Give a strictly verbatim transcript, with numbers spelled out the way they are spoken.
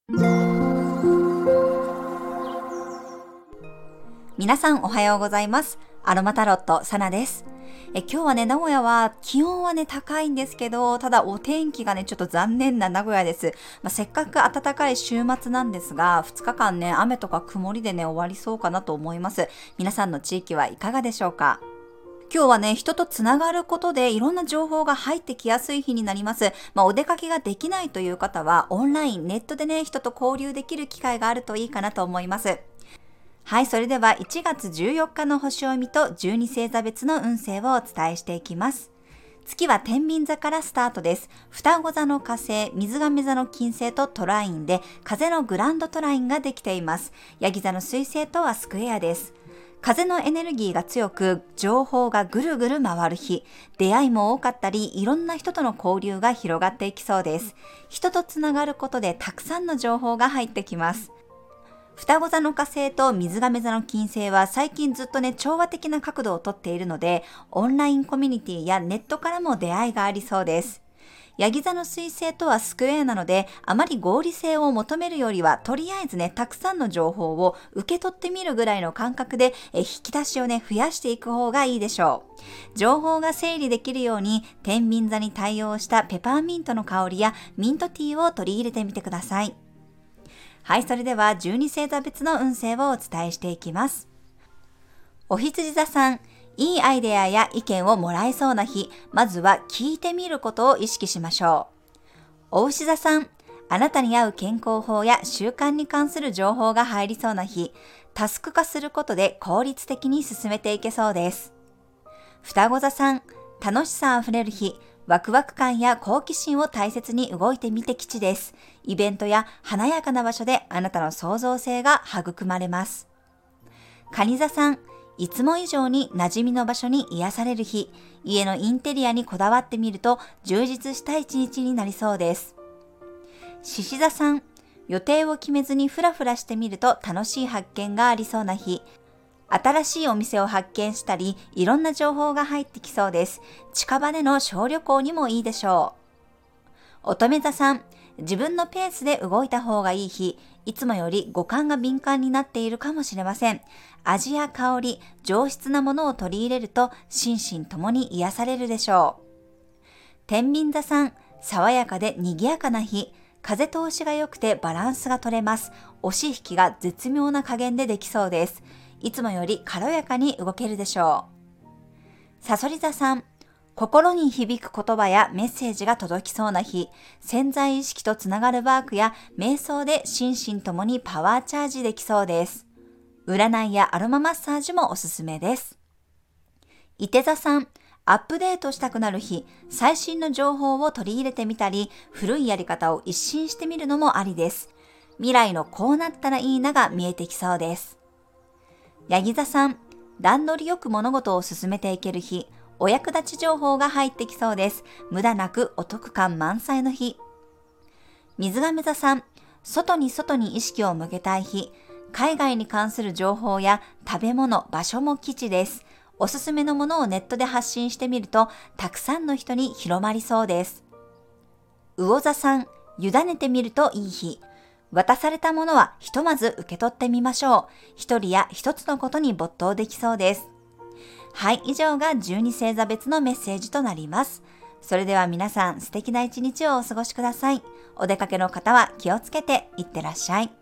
皆さんおはようございます。アロマタロットサナです。え今日はね、名古屋は気温はね高いんですけど、ただお天気がねちょっと残念な名古屋です。まあ、せっかく暖かい週末なんですが、ふつかかんね雨とか曇りでね終わりそうかなと思います。皆さんの地域はいかがでしょうか？今日はね、人とつながることでいろんな情報が入ってきやすい日になります。まあ、お出かけができないという方は、オンライン、ネットでね、人と交流できる機会があるといいかなと思います。はい、それではいちがつじゅうよっかの星読みとじゅうに星座別の運勢をお伝えしていきます。月は天秤座からスタートです。双子座の火星、水亀座の金星とトラインで、風のグランドトラインができています。ヤギ座の水星とはスクエアです。風のエネルギーが強く、情報がぐるぐる回る日、出会いも多かったり、いろんな人との交流が広がっていきそうです。人とつながることでたくさんの情報が入ってきます。双子座の火星と水亀座の金星は最近ずっとね、調和的な角度をとっているので、オンラインコミュニティやネットからも出会いがありそうです。ヤギ座の水星とはスクエアなので、あまり合理性を求めるよりは、とりあえずね、たくさんの情報を受け取ってみるぐらいの感覚で、え引き出しをね、増やしていく方がいいでしょう。情報が整理できるように、天秤座に対応したペパーミントの香りやミントティーを取り入れてみてください。はい、それではじゅうに星座別の運勢をお伝えしていきます。お羊座さん、いいアイデアや意見をもらえそうな日、まずは聞いてみることを意識しましょう。お牛座さん、あなたに合う健康法や習慣に関する情報が入りそうな日、タスク化することで効率的に進めていけそうです。双子座さん、楽しさあふれる日、ワクワク感や好奇心を大切に動いてみて吉です。イベントや華やかな場所であなたの創造性が育まれます。蟹座さん、いつも以上に馴染みの場所に癒される日、家のインテリアにこだわってみると充実した一日になりそうです。獅子座さん、予定を決めずにフラフラしてみると楽しい発見がありそうな日、新しいお店を発見したり、いろんな情報が入ってきそうです。近場での小旅行にもいいでしょう。乙女座さん、自分のペースで動いた方がいい日、いつもより五感が敏感になっているかもしれません。味や香り、上質なものを取り入れると心身ともに癒されるでしょう。天秤座さん、爽やかで賑やかな日、風通しが良くてバランスが取れます。押し引きが絶妙な加減でできそうです。いつもより軽やかに動けるでしょう。さそり座さん、心に響く言葉やメッセージが届きそうな日、潜在意識とつながるワークや瞑想で心身ともにパワーチャージできそうです。占いやアロママッサージもおすすめです。いて座さん、アップデートしたくなる日、最新の情報を取り入れてみたり、古いやり方を一新してみるのもありです。未来のこうなったらいいなが見えてきそうです。ヤギ座さん、段取りよく物事を進めていける日、お役立ち情報が入ってきそうです。無駄なくお得感満載の日。水亀座さん、外に外に意識を向けたい日、海外に関する情報や食べ物、場所も吉です。おすすめのものをネットで発信してみると、たくさんの人に広まりそうです。魚座さん、委ねてみるといい日。渡されたものはひとまず受け取ってみましょう。一人や一つのことに没頭できそうです。はい、以上がじゅうに星座別のメッセージとなります。それでは皆さん素敵な一日をお過ごしください。お出かけの方は気をつけていってらっしゃい。